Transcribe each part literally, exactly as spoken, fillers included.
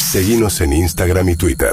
Seguinos en Instagram y Twitter.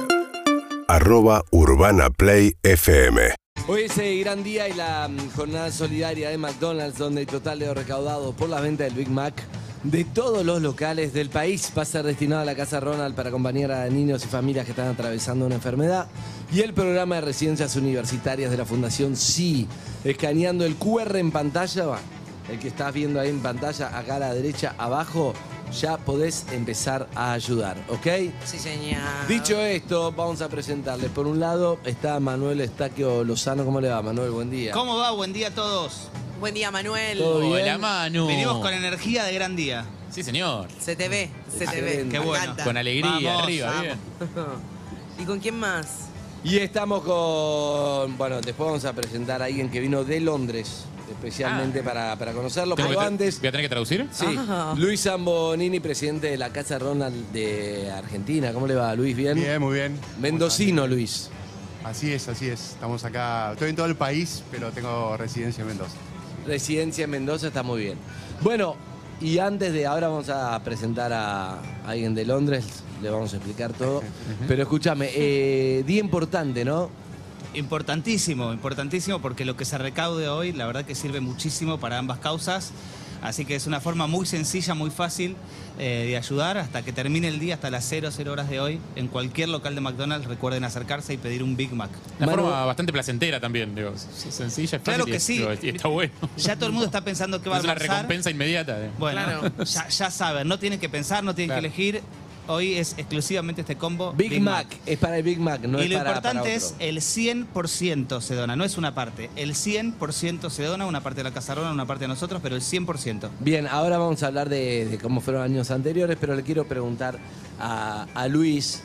Arroba Urbana Play F M. Hoy es el gran día y la jornada solidaria de McDonald's, donde el total de lo recaudado por la venta del Big Mac de todos los locales del país va a ser destinado a la Casa Ronald para acompañar a niños y familias que están atravesando una enfermedad. Y el programa de residencias universitarias de la Fundación Sí, escaneando el cu erre en pantalla, va, el que estás viendo ahí en pantalla, acá a la derecha, abajo, ya podés empezar a ayudar, ¿ok? Sí, señor. Dicho esto, vamos a presentarles. Por un lado está Manuel Estaquio Lozano. ¿Cómo le va, Manuel? Buen día. ¿Cómo va? Buen día a todos. Buen día, Manuel. ¿Todo bien? Hola, Manu. Venimos con energía de gran día. Sí, señor. Se te ve, se te ve. Excelente. Qué Me bueno. encanta. Con alegría, Vamos, arriba, vamos. bien. ¿Y con quién más? Y estamos con... Bueno, después vamos a presentar a alguien que vino de Londres, especialmente para, para conocerlo. ¿Tengo Pero que tra- antes... ¿Voy a tener que traducir? Sí, Ah. Luis Zambonini, presidente de la Casa Ronald de Argentina. ¿Cómo le va, Luis? ¿Bien? Bien, muy bien. Mendocino, Luis. Así es, así es. Estamos acá, estoy en todo el país, pero tengo residencia en Mendoza. Residencia en Mendoza, está muy bien. Bueno, y antes de ahora vamos a presentar a alguien de Londres, le vamos a explicar todo. Pero escúchame, eh, día importante, ¿no? Importantísimo, importantísimo, porque lo que se recaude hoy, la verdad que sirve muchísimo para ambas causas. Así que es una forma muy sencilla, muy fácil eh, de ayudar hasta que termine el día, hasta las cero horas de hoy. En cualquier local de McDonald's recuerden acercarse y pedir un Big Mac. Una Manu- forma bastante placentera también, digo. s- Sencilla, es fácil. Claro y que es- sí. digo, y está bueno. Ya todo el mundo está pensando qué va a Es una almorzar. recompensa inmediata. eh. Bueno, Claro. ya, ya saben, no tienen que pensar, no tienen Claro. que elegir. Hoy es exclusivamente este combo Big, Mac. es para el Big Mac, no y es lo para, importante para es otro. el cien por ciento se dona, no es una parte. El cien por ciento se dona, una parte de la Casa Ronald, una parte de nosotros, pero el cien por ciento. Bien, ahora vamos a hablar de, de cómo fueron años anteriores, pero le quiero preguntar a, a Luis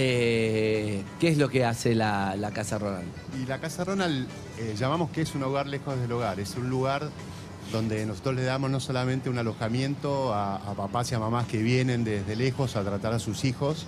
eh, qué es lo que hace la, la Casa Ronald. Y la Casa Ronald eh, llamamos que es un hogar lejos del hogar. Es un lugar donde nosotros le damos no solamente un alojamiento a, a papás y a mamás que vienen desde lejos a tratar a sus hijos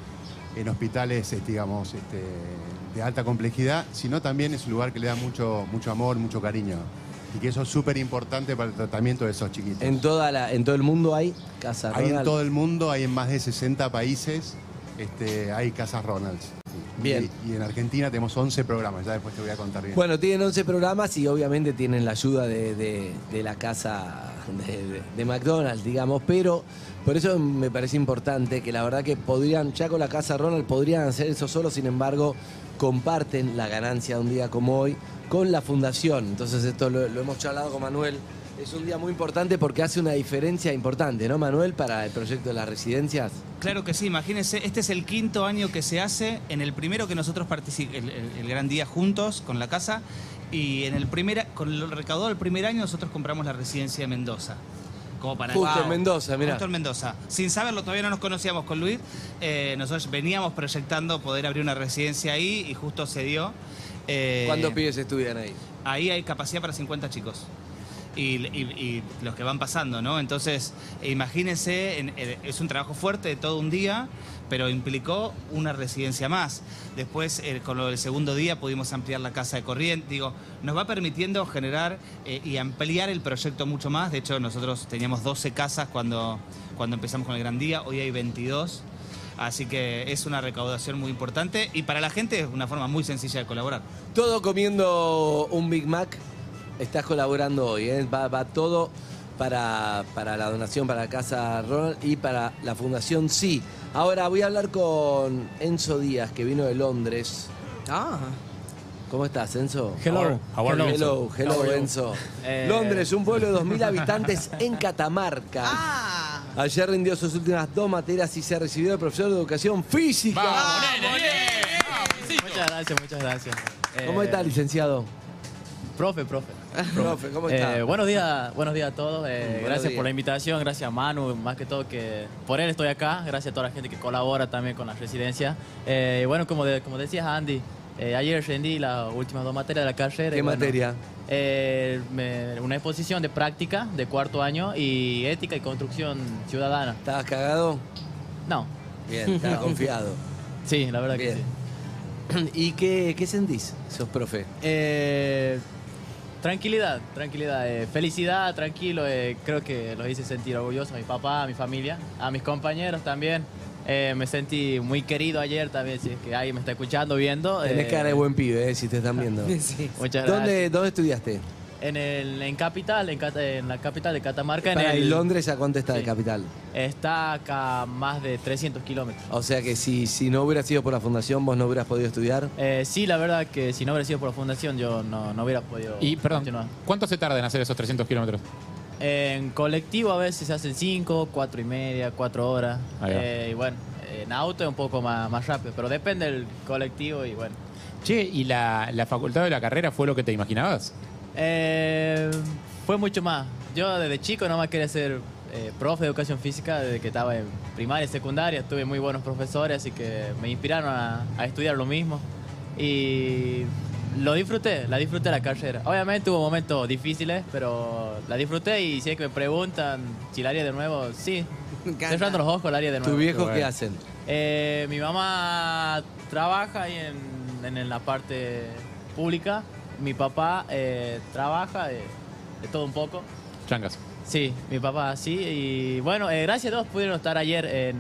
en hospitales, este, digamos, este, de alta complejidad, sino también es un lugar que le da mucho, mucho amor, mucho cariño. Y que eso es súper importante para el tratamiento de esos chiquitos. En, toda la, en todo el mundo hay Casa Hay Ronald. en todo el mundo, hay en más de sesenta países, este, hay Casas Ronalds. Bien. Y, y en Argentina tenemos once programas, ya después te voy a contar bien. Bueno, tienen once programas y obviamente tienen la ayuda de, de- de la casa de, de- de McDonald's, digamos, pero por eso me parece importante que la verdad que podrían, ya con la Casa Ronald podrían hacer eso solo, sin embargo, comparten la ganancia de un día como hoy con la fundación. Entonces esto lo, lo hemos charlado con Manuel. Es un día muy importante porque hace una diferencia importante, ¿no, Manuel, para el proyecto de las residencias? Claro que sí, imagínense, este es el quinto año que se hace, en el primero que nosotros participamos, el, el- el gran día juntos con la casa, y en el primer, con lo recaudado del primer año nosotros compramos la residencia de Mendoza. Como para Justo en Mendoza, mirá. Justo en Mendoza. Sin saberlo, todavía no nos conocíamos con Luis. Eh, nosotros veníamos proyectando poder abrir una residencia ahí y justo se dio. Eh, ¿Cuántos pibes estudian ahí? Ahí hay capacidad para cincuenta chicos. Y, y- y los que van pasando, ¿no? Entonces, eh, imagínense, en- eh, es un trabajo fuerte de todo un día, pero implicó una residencia más. Después, eh, con lo del segundo día, pudimos ampliar la casa de corriente. Digo, nos va permitiendo generar eh, y ampliar el proyecto mucho más. De hecho, nosotros teníamos doce casas cuando, cuando empezamos con el Gran Día, hoy hay veintidós. Así que es una recaudación muy importante y para la gente es una forma muy sencilla de colaborar. Todo comiendo un Big Mac. Estás colaborando hoy, ¿eh? va, va todo para, para la donación para la Casa Ronald y para la Fundación Sí. Ahora voy a hablar con Enzo Díaz, que vino de Londres. Ah. ¿Cómo estás, Enzo? Hello. How are you? Hello, hello, How are you? Enzo. Eh, Londres, un pueblo de dos mil habitantes en Catamarca. Ah. Ayer rindió sus últimas dos materias y se recibió de profesor de educación física. ¡Vamos, nene! ¡Bien! ¡Vamos, Luisito! Muchas gracias, muchas gracias. ¿Cómo Eh, está, licenciado? Profe, profe. Profe, ¿cómo está? Eh, buenos días, buenos días a todos. Eh, Buenos gracias días. por la invitación, gracias a Manu, más que todo que por él estoy acá. Gracias a toda la gente que colabora también con la residencia. Eh, bueno, como, de- como decías, Andy, eh, ayer rendí las últimas dos materias de la carrera. ¿Qué y bueno, materia? eh, me- una exposición de práctica de cuarto año y ética y construcción ciudadana. ¿Estabas cagado? No, Bien, estaba confiado. sí, la verdad Bien. que sí. ¿Y qué, qué sentís, sos profe? Eh, tranquilidad, tranquilidad, eh, felicidad, tranquilo. eh, creo que los hice sentir orgullosos a mi papá, a mi familia, a mis compañeros también. Eh, me sentí muy querido ayer también, si es que alguien me está escuchando, viendo. Tenés eh, cara de buen pibe, eh, si te están viendo. Sí. Muchas gracias. ¿Dónde, ¿Dónde estudiaste? En, el, en Capital, en, Cata- en la capital de Catamarca. Para, en el, ¿Y Londres a cuánto está de Sí. capital? Está acá a más de trescientos kilómetros. O sea que si, si no hubiera sido por la fundación, vos no hubieras podido estudiar. Eh, sí, la verdad que si no hubiera sido por la fundación yo no, no hubiera podido Y, perdón, continuar. ¿cuánto se tarda en hacer esos trescientos kilómetros? En colectivo a veces se hacen cinco, cuatro y media, cuatro horas. Ahí va. Eh, y bueno, en auto es un poco más, más rápido, pero depende del colectivo y bueno. Che, ¿y la, la facultad de la carrera fue lo que te imaginabas? Eh, fue mucho más. Yo desde chico nomás quería ser eh, profe de educación física, desde que estaba en primaria y secundaria. Tuve muy buenos profesores, así que me inspiraron a, a estudiar lo mismo. Y lo disfruté, la disfruté la carrera. Obviamente hubo momentos difíciles, pero la disfruté y si es que me preguntan si la haría de nuevo, sí. Me encanta. Cerrando los ojos la haría de nuevo. ¿Tus viejos bueno. qué hacen? Eh, mi mamá trabaja ahí en, en la parte pública. Mi papá eh, trabaja de, de todo un poco. Chancas. Sí, mi papá sí. Y bueno, eh, gracias a Dios pudieron estar ayer en,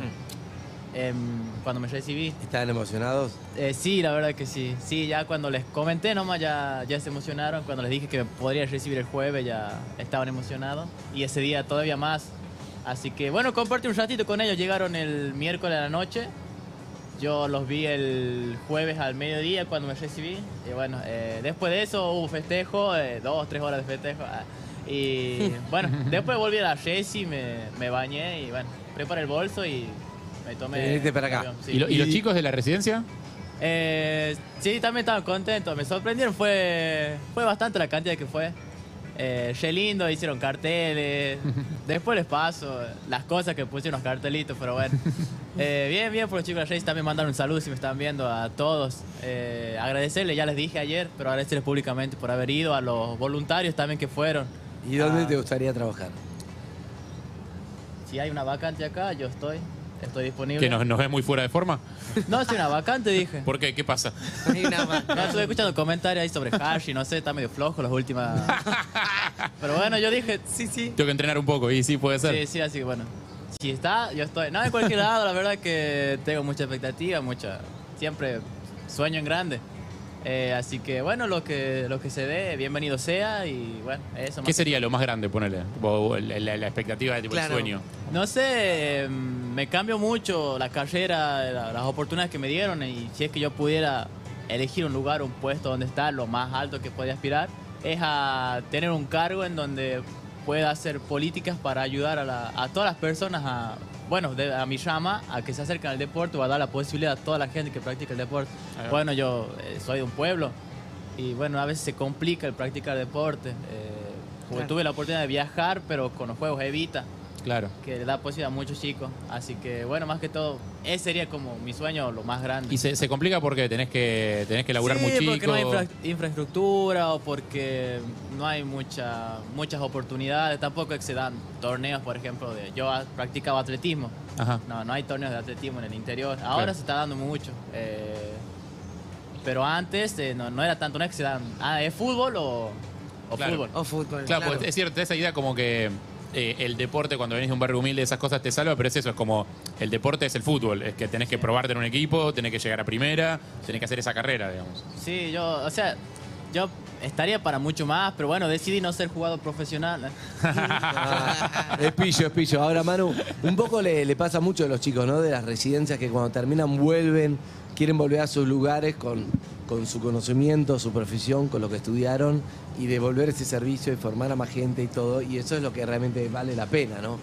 en- cuando me recibí. ¿Estaban emocionados? Eh, sí, la verdad que sí. Sí, ya cuando les comenté nomás ya, ya se emocionaron. Cuando les dije que me podría recibir el jueves ya estaban emocionados. Y ese día todavía más. Así que bueno, compartí un ratito con ellos. Llegaron el miércoles a la noche. Yo los vi el jueves al mediodía cuando me recibí. Y bueno, eh, después de eso hubo festejo, eh, dos, tres horas de festejo. ah, Y bueno, después volví a la Resi, me, me bañé y bueno, preparé el bolso y me tomé. Te viniste para acá. el avión, sí. ¿Y, lo- y los Y- chicos de la residencia? Eh, sí, también estaban contentos. Me sorprendieron, fue, fue bastante la cantidad que fue. Eh, re lindo, hicieron carteles. Después les paso las cosas que pusieron los cartelitos, pero bueno. Eh, bien, bien, por los chicos de la Reyes también mandaron un saludo si me están viendo a todos. Eh, agradecerles, ya les dije ayer, pero agradecerles públicamente por haber ido, a los voluntarios también que fueron. ¿Y dónde Ah. te gustaría trabajar? Si hay una vacante acá, yo estoy. Estoy disponible. ¿Que nos, nos ves muy fuera de forma? No, si una vacante, dije. ¿Por qué? ¿Qué pasa? Hay una más. No, estuve escuchando comentarios ahí sobre Hashi, no sé, está medio flojo las últimas. Pero bueno, yo dije, sí, sí. Tengo que entrenar un poco y sí, puede ser. Sí, sí, así que bueno. Si está, yo estoy. No, en cualquier lado, la verdad que tengo mucha expectativa, mucha. Siempre sueño en grande. Eh, así que bueno, lo que, lo que se dé, bienvenido sea y bueno, eso ¿Qué más. sería lo más grande, ponele? Tipo, la, la- la expectativa de tipo, Claro. el sueño. No sé, eh, me cambió mucho la carrera, la- las oportunidades que me dieron y si es que yo pudiera elegir un lugar, un puesto donde estar, lo más alto que podía aspirar, es a tener un cargo en donde pueda hacer políticas para ayudar a, la- a todas las personas a, bueno, de- a mi rama, a que se acerquen al deporte o a dar la posibilidad a toda la gente que practica el deporte. Ahí va. Bueno, yo eh, soy de un pueblo y bueno, a veces se complica el practicar deporte. Eh, porque Claro. tuve la oportunidad de viajar, pero con los juegos Evita Claro. que le da posibilidad a muchos chicos. Así que, bueno, más que todo, ese sería como mi sueño, lo más grande. Y se, se complica porque tenés que, tenés que laburar sí, muy chico. porque no hay infra- infraestructura o porque no hay mucha, muchas oportunidades. Tampoco es que se dan torneos, por ejemplo, de yo a- practicaba atletismo. Ajá. No, no hay torneos de atletismo en el interior. Ahora Claro. se está dando mucho. eh, pero antes eh, no, no era tanto, no es que se dan, ah, ¿es fútbol o, o Claro. fútbol? O fútbol. Claro, claro. pues es cierto, esa idea como que eh, el deporte cuando venís de un barrio humilde, esas cosas te salva, pero es eso, es como el deporte es el fútbol, es que tenés que probarte en un equipo, tenés que llegar a primera, tenés que hacer esa carrera, digamos. Sí, yo, o sea, yo estaría para mucho más, pero bueno, decidí no ser jugador profesional. Ah, es pillo, es pillo. Ahora, Manu, un poco le, le pasa mucho a los chicos, ¿no? De las residencias que cuando terminan vuelven, quieren volver a sus lugares con, con su conocimiento, su profesión, con lo que estudiaron y devolver ese servicio y formar a más gente y todo. Y eso es lo que realmente vale la pena, ¿no?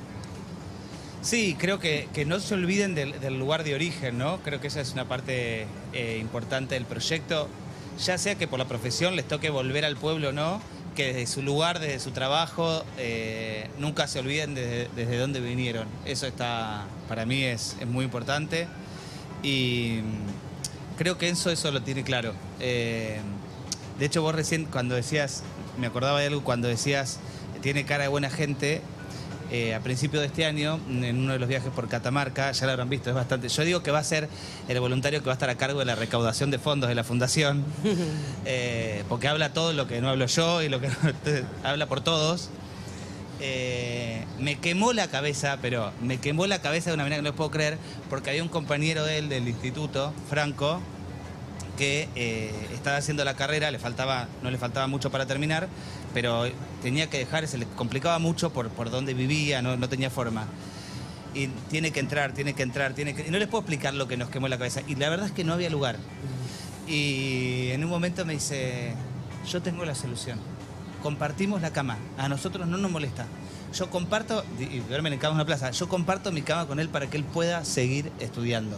Sí, creo que, que no se olviden del, del lugar de origen, ¿no? Creo que esa es una parte eh, importante del proyecto. Ya sea que por la profesión les toque volver al pueblo o no, que desde su lugar, desde su trabajo, eh, nunca se olviden desde, desde dónde vinieron. Eso está, para mí es, es muy importante. Y mm, creo que Enzo eso lo tiene claro. Eh, de hecho, vos recién cuando decías, me acordaba de algo cuando decías, tiene cara de buena gente. Eh, a principios de este año, en uno de los viajes por Catamarca, ya lo habrán visto, es bastante. Yo digo que va a ser el voluntario que va a estar a cargo de la recaudación de fondos de la fundación, eh, porque habla todo lo que no hablo yo y lo que no, habla por todos. eh, me quemó la cabeza, pero me quemó la cabeza de una manera que no puedo creer, porque había un compañero de él del instituto, Franco, que eh, estaba haciendo la carrera, le faltaba, no le faltaba mucho para terminar, pero tenía que dejar, se le complicaba mucho por, por dónde vivía, no, no tenía forma. Y tiene que entrar, tiene que entrar, tiene que... Y no les puedo explicar lo que nos quemó la cabeza. Y la verdad es que no había lugar. Y en un momento me dice, yo tengo la solución. Compartimos la cama. A nosotros no nos molesta. Yo comparto, y duermen en cama en una plaza, yo comparto mi cama con él para que él pueda seguir estudiando.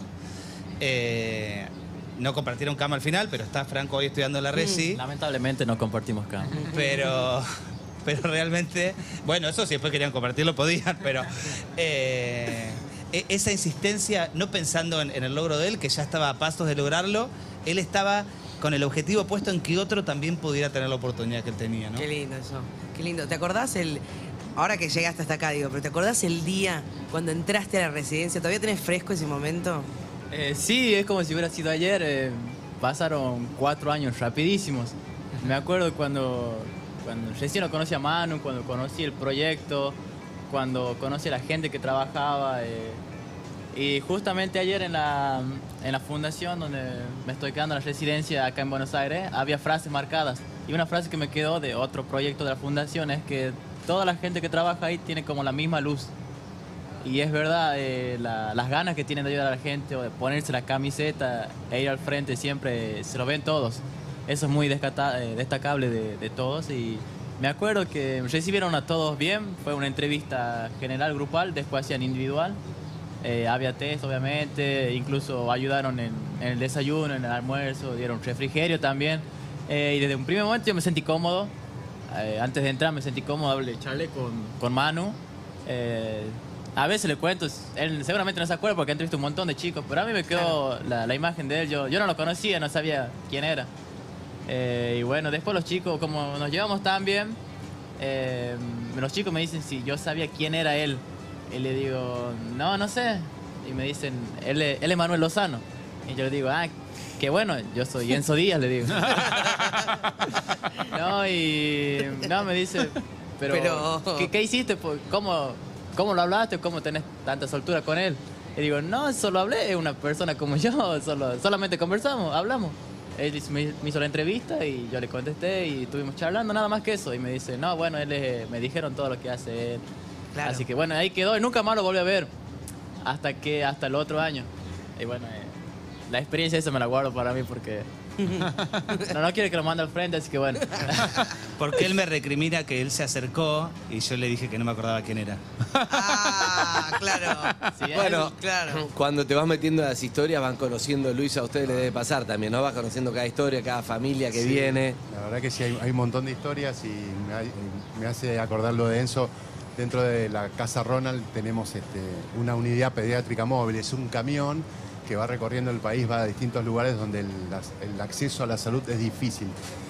Eh, no compartieron cama al final, pero está Franco hoy estudiando en la Resi. Lamentablemente no compartimos cama. Pero... Pero realmente, bueno, eso si después querían compartirlo podían, pero eh, esa insistencia, no pensando en, en el logro de él, que ya estaba a pasos de lograrlo, él estaba con el objetivo puesto en que otro también pudiera tener la oportunidad que él tenía, ¿no? Qué lindo eso, qué lindo. ¿Te acordás el, ahora que llegaste hasta acá, digo, pero te acordás el día cuando entraste a la residencia? ¿Todavía tenés fresco ese momento? Eh, sí, es como si hubiera sido ayer. Eh, pasaron cuatro años rapidísimos. Me acuerdo cuando... Cuando recién lo conocí a Manu, cuando conocí el proyecto, cuando conocí a la gente que trabajaba. Eh, y justamente ayer en la, en la fundación donde me estoy quedando en la residencia acá en Buenos Aires, había frases marcadas. Y una frase que me quedó de otro proyecto de la fundación es que toda la gente que trabaja ahí tiene como la misma luz. Y es verdad, eh, la, las ganas que tienen de ayudar a la gente o de ponerse la camiseta e ir al frente siempre se lo ven todos. Eso es muy destacable de, de todos y me acuerdo que recibieron a todos bien. Fue una entrevista general grupal, después hacían individual. Eh, había test, obviamente, incluso ayudaron en, en el desayuno, en el almuerzo, dieron refrigerio también. Eh, y desde un primer momento yo me sentí cómodo. Eh, antes de entrar me sentí cómodo, hablé, charlé con, con Manu. Eh, a veces le cuento, él seguramente no se acuerda porque ha entrevistado un montón de chicos, pero a mí me quedó claro. la, la imagen de él. Yo, yo no lo conocía, no sabía quién era. Eh, y bueno, después los chicos, como nos llevamos tan bien, eh, los chicos me dicen si yo sabía quién era él. Y le digo, no, no sé. Y me dicen, él es, él es Manuel Lozano. Y yo le digo, ah, qué bueno, yo soy Enzo Díaz, le digo. No, y no, me dice, pero, pero... ¿qué, ¿qué hiciste? ¿Cómo, ¿Cómo lo hablaste? ¿Cómo tenés tanta soltura con él? Y digo, no, solo hablé, es una persona como yo, solo, solamente conversamos, hablamos. Él me hizo la entrevista y yo le contesté y estuvimos charlando, nada más que eso. Y me dice, no, bueno, él es, me dijeron todo lo que hace él. Claro. Así que bueno, ahí quedó y nunca más lo volví a ver. Hasta que, hasta el otro año. Y bueno, eh, la experiencia esa me la guardo para mí porque... No, no quiere que lo mande al frente, así que bueno. Porque él me recrimina que él se acercó y yo le dije que no me acordaba quién era. Ah, claro. Sí, bueno, claro. Cuando te vas metiendo en las historias van conociendo, Luis, a ustedes les debe pasar también, ¿no? Vas conociendo cada historia, cada familia que sí, viene. La verdad que sí, hay, hay un montón de historias y me, hay, me hace acordar lo de Enzo. Dentro de la Casa Ronald tenemos este, una unidad pediátrica móvil, es un camión que va recorriendo el país, va a distintos lugares donde el, el acceso a la salud es difícil.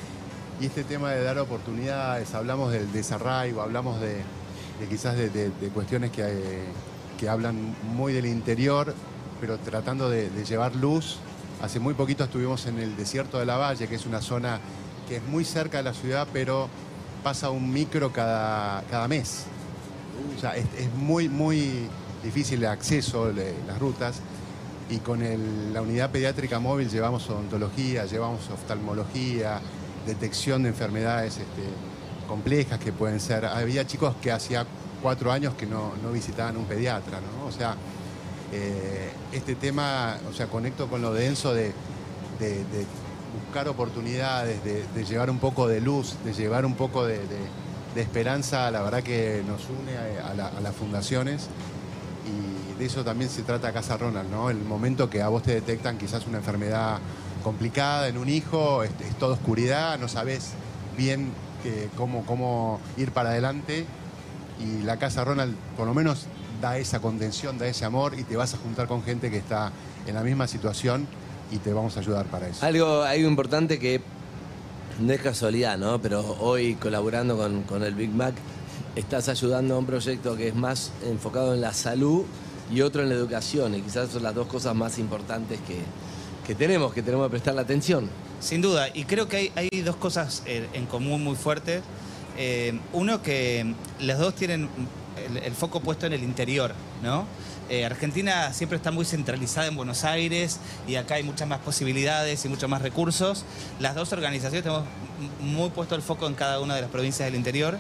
Y este tema de dar oportunidades, hablamos del desarraigo, hablamos de, de quizás de, de, de cuestiones que, eh, que hablan muy del interior, pero tratando de, de llevar luz. Hace muy poquito estuvimos en el desierto de la Valle, que es una zona que es muy cerca de la ciudad, pero pasa un micro cada, cada mes. O sea, es, es muy, muy difícil el acceso, le, las rutas. Y con el, la unidad pediátrica móvil llevamos odontología, llevamos oftalmología, detección de enfermedades este, complejas que pueden ser... Había chicos que hacía cuatro años que no, no visitaban un pediatra, ¿no? O sea, eh, este tema, o sea, conecto con lo de Enzo de, de, de buscar oportunidades, de, de llevar un poco de luz, de llevar un poco de, de, de esperanza, la verdad que nos une a, a, la, a las fundaciones. Y de eso también se trata Casa Ronald, ¿no? El momento que a vos te detectan quizás una enfermedad complicada en un hijo, es, es toda oscuridad, no sabés bien que, cómo, cómo ir para adelante. Y la Casa Ronald por lo menos da esa contención, da ese amor y te vas a juntar con gente que está en la misma situación y te vamos a ayudar para eso. Algo, algo importante que no es casualidad, ¿no? Pero hoy colaborando con, con el Big Mac, estás ayudando a un proyecto que es más enfocado en la salud y otro en la educación. Y quizás son las dos cosas más importantes que, que tenemos, que tenemos que prestarle atención. Sin duda. Y creo que hay, hay dos cosas en común muy fuertes. Eh, uno que los dos tienen el, el foco puesto en el interior, ¿no? Eh, Argentina siempre está muy centralizada en Buenos Aires y acá hay muchas más posibilidades y muchos más recursos. Las dos organizaciones tenemos muy puesto el foco en cada una de las provincias del interior.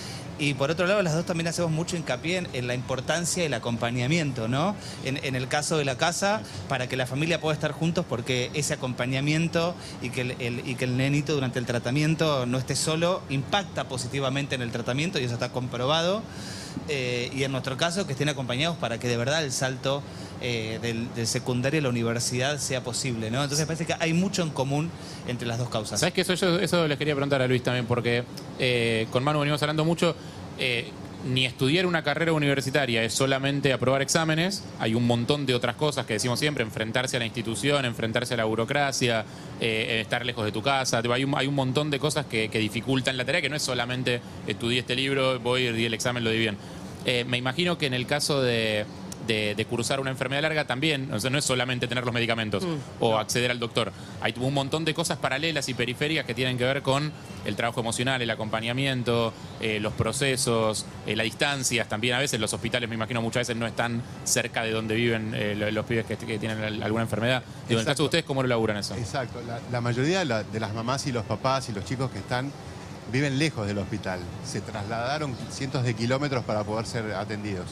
Y por otro lado, las dos también hacemos mucho hincapié en, en la importancia del acompañamiento, ¿no? En, en el caso de la casa, para que la familia pueda estar juntos, porque ese acompañamiento y que el, el, y que el nenito durante el tratamiento no esté solo, impacta positivamente en el tratamiento y eso está comprobado. Eh, y en nuestro caso, que estén acompañados para que de verdad el salto eh, del, del secundario a la universidad sea posible, ¿no? Entonces parece que hay mucho en común entre las dos causas. ¿Sabes qué? Eso, yo, eso les quería preguntar a Luis también, porque eh, con Manu venimos hablando mucho. Eh, ni estudiar una carrera universitaria es solamente aprobar exámenes, hay un montón de otras cosas que decimos siempre, enfrentarse a la institución, enfrentarse a la burocracia, eh, estar lejos de tu casa, hay un, hay un montón de cosas que, que dificultan la tarea, que no es solamente estudié este libro, voy, di el examen, lo di bien. Eh, me imagino que en el caso de, de, de cursar una enfermedad larga también, o sea, no es solamente tener los medicamentos mm. o acceder al doctor, hay un montón de cosas paralelas y periféricas que tienen que ver con el trabajo emocional, el acompañamiento, eh, los procesos, eh, las distancias. También a veces los hospitales, me imagino, muchas veces no están cerca de donde viven eh, los, los pibes que, que tienen alguna enfermedad. Digo, en el caso de ustedes, ¿cómo lo laburan eso? Exacto. La, la mayoría de, la, de las mamás y los papás y los chicos que están viven lejos del hospital. Se trasladaron cientos de kilómetros para poder ser atendidos.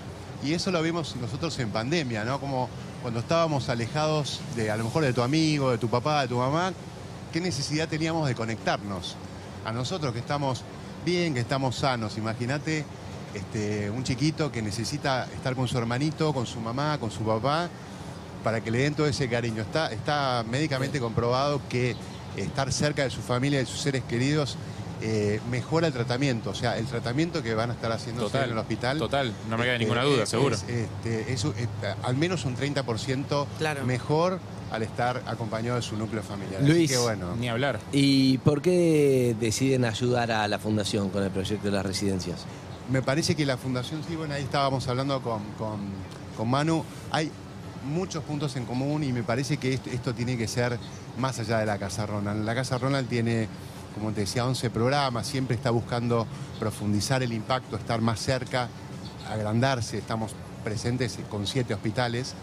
Y eso lo vimos nosotros en pandemia, ¿no? Como cuando estábamos alejados de, a lo mejor, de tu amigo, de tu papá, de tu mamá, ¿qué necesidad teníamos de conectarnos? A nosotros que estamos bien, que estamos sanos. Imagínate este, un chiquito que necesita estar con su hermanito, con su mamá, con su papá, para que le den todo ese cariño. Está, está médicamente comprobado que estar cerca de su familia, de sus seres queridos, eh, mejora el tratamiento. O sea, el tratamiento que van a estar haciendo en el hospital. Total, no me queda este, ninguna duda, es, seguro. Es, este, es, es, al menos un treinta por ciento claro. mejor al estar acompañado de su núcleo familiar. Luis, Así que, bueno. Ni hablar. ¿Y por qué deciden ayudar a la Fundación con el proyecto de las residencias? Me parece que la Fundación, sí, bueno, ahí estábamos hablando con, con, con Manu, hay muchos puntos en común y me parece que esto, esto tiene que ser más allá de la Casa Ronald. La Casa Ronald tiene, como te decía, once programas, siempre está buscando profundizar el impacto, estar más cerca, agrandarse. Estamos presentes con siete hospitales,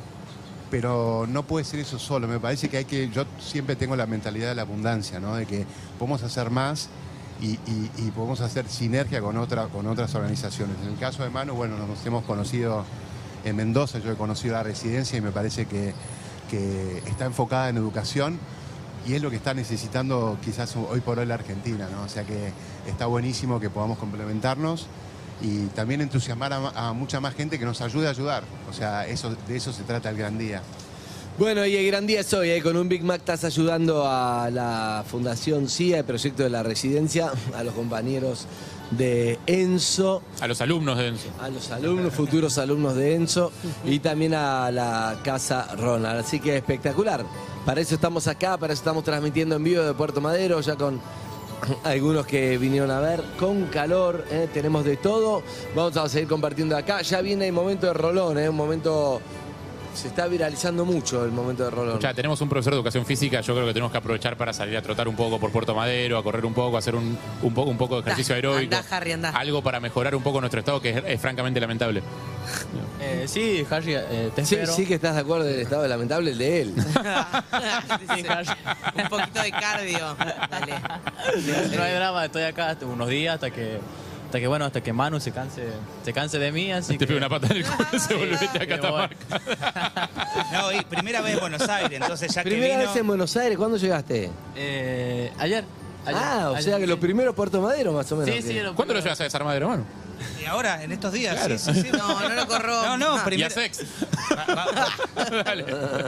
pero no puede ser eso solo. Me parece que hay que, yo siempre tengo la mentalidad de la abundancia, ¿no? De que podemos hacer más y, y, y podemos hacer sinergia con, otra, con otras organizaciones. En el caso de Manu, bueno, nos hemos conocido en Mendoza, yo he conocido la residencia y me parece que, que está enfocada en educación y es lo que está necesitando quizás hoy por hoy la Argentina, ¿no? O sea que está buenísimo que podamos complementarnos y también entusiasmar a, a mucha más gente que nos ayude a ayudar. O sea, eso, de eso se trata el gran día. Bueno, y el gran día es hoy, ¿eh? Con un Big Mac estás ayudando a la Fundación C I A, el proyecto de la residencia, a los compañeros de Enzo. A los alumnos de Enzo. A los alumnos, futuros alumnos de Enzo y también a la Casa Ronald. Así que espectacular. Para eso estamos acá, para eso estamos transmitiendo en vivo de Puerto Madero, ya con algunos que vinieron a ver, con calor, ¿eh? Tenemos de todo. Vamos a seguir compartiendo acá. Ya viene el momento de Rolón, ¿eh? Un momento... Se está viralizando mucho el momento de Rolón. Ya tenemos un profesor de educación física, yo creo que tenemos que aprovechar para salir a trotar un poco por Puerto Madero, a correr un poco, a hacer un, un, poco, un poco de ejercicio andá, aeróbico. Andá, Harry, andá. Algo para mejorar un poco nuestro estado, que es, es francamente lamentable. Eh, sí, Harry, eh, te Sí, espero. sí que estás de acuerdo del estado lamentable, el de él. Sí, Harry. un poquito de cardio. Dale. No hay drama, estoy acá hasta unos días hasta que, hasta que bueno, hasta que Manu se canse, se canse de mí, así Te que... pega una pata en el culo y se volvete a Sí, Catamarca. No, y primera vez en Buenos Aires, entonces ya que Primera vino... vez en Buenos Aires, ¿cuándo llegaste? Eh, ayer. ayer. Ah, o ayer, sea que sí. los primeros Puerto Madero, más o menos. Sí, sí. que- lo ¿Cuándo lo primero. llevas a Desarmadero, mano? Y ahora, en estos días, Claro. sí, sí, sí. No, no lo corro. No, no, Y a primero... Sex. Va- va- Dale.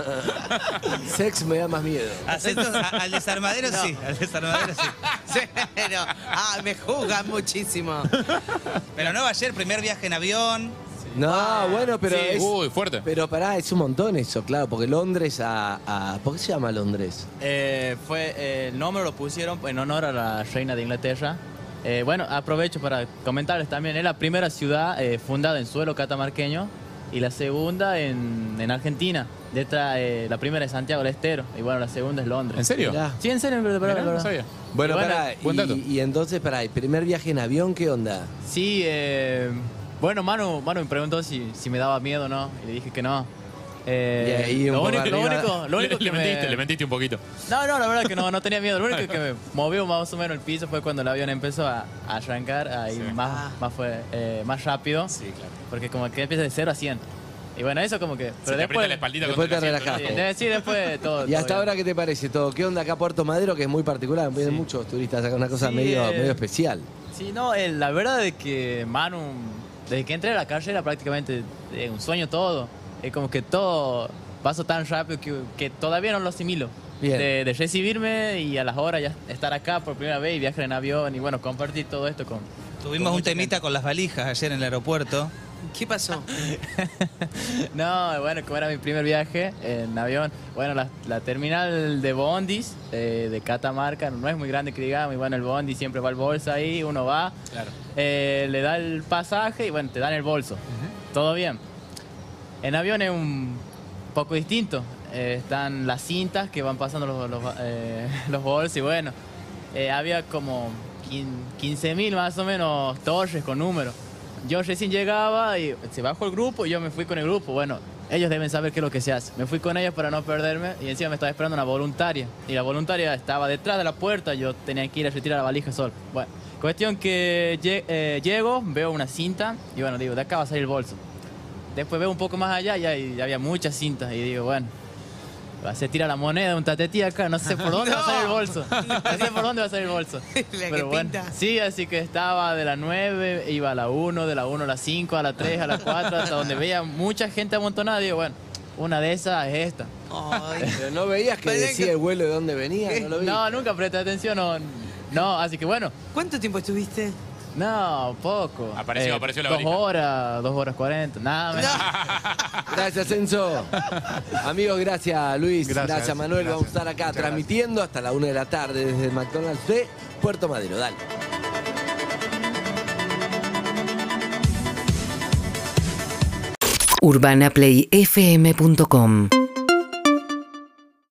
Sex me da más miedo. a Setos- a- al desarmadero sí, al desarmadero sí. Pero, ah, me juzgan muchísimo. Pero no, ayer, primer viaje en avión. No, bueno, pero Sí. es... Uy, fuerte. Pero pará, es un montón eso, claro, porque Londres a... a- ¿Por qué se llama Londres? Eh, fue, eh, el nombre lo pusieron en honor a la reina de Inglaterra. Eh, bueno, aprovecho para comentarles también, es la primera ciudad eh, fundada en suelo catamarqueño y la segunda en, en Argentina. Detrás, eh, la primera es Santiago del Estero y bueno, la segunda es Londres. ¿En serio? Mirá. Sí, en serio, de verdad, Mirá, de no verdad. sabía. Bueno, Y bueno, pará, buen dato. y, y entonces, pará, ¿el primer viaje en avión qué onda? Sí, eh, bueno, Manu, Manu me preguntó si, si me daba miedo o no, y le dije que no. Eh, Y ahí un lo, poco único, lo arriba. único, lo único le, que le me... mentiste, le mentiste un poquito. No, no, la verdad que no, no tenía miedo. Lo único que me movió más o menos el piso fue cuando el avión empezó a, a arrancar, a ir Sí. más, más, fue, eh, más rápido. Sí, claro. Porque como que empieza de cero a cien. Y bueno, eso como que... Se Pero te aprieta después... la espaldita después contra te el asiento, relajaste. ¿no? Sí, de- sí, después todo... ¿Y hasta todo ahora bien. qué te parece todo? ¿Qué onda acá Puerto Madero, que es muy particular? Vienen Sí. muchos turistas acá, una cosa Sí, medio, eh, medio especial. Sí, no, eh, la verdad es que Manu, desde que entré a la carrera prácticamente es un sueño todo. Es como que todo pasó tan rápido que, que todavía no lo asimilo. Bien. De, de recibirme y a las horas ya estar acá por primera vez y viajar en avión y bueno, compartir todo esto con... Tuvimos con un mucha temita con las valijas ayer en el aeropuerto. ¿Qué pasó? No, bueno, como era mi primer viaje en avión, bueno, la, la terminal de bondis eh, de Catamarca no es muy grande que digamos, y bueno, el bondi siempre va al bolso ahí, uno va, Claro. eh, le da el pasaje y bueno, te dan el bolso. Todo bien. En avión es un poco distinto. Eh, están las cintas que van pasando los, los, eh, los bolsos y bueno, eh, había como quince mil más o menos torres con números. Yo recién llegaba y se bajó el grupo y yo me fui con el grupo. Bueno, ellos deben saber qué es lo que se hace. Me fui con ellos para no perderme y encima me estaba esperando una voluntaria. Y la voluntaria estaba detrás de la puerta, yo tenía que ir a retirar la valija solo. Bueno, cuestión que lle- eh, llego, veo una cinta y bueno, digo, de acá va a salir el bolso. Después veo un poco más allá y hay- había muchas cintas y digo, bueno, se tira la moneda, un tatetí acá, no sé por dónde va a salir el bolso. No sé por dónde va a salir el bolso. La que Pero bueno, pinta. sí, así que estaba de la nueve, iba a la uno, de la uno a la cinco, a la tres, a la cuatro, hasta donde veía mucha gente amontonada. Digo, bueno, una de esas es esta. Ay, Pero no veías que Parece decía que- el vuelo de dónde venía, no lo vi. No, nunca presté atención, no, no, así que bueno, ¿Cuánto tiempo estuviste? no, poco. Apareció, apareció la Dos valija. horas, dos horas cuarenta, nada, me- Gracias, Enzo. Amigos, gracias, Luis. Gracias, Gracias, Manuel. gracias. Vamos a estar acá Muchas transmitiendo hasta la una de la tarde desde el McDonald's de Puerto Madero. Dale. urbana play f m punto com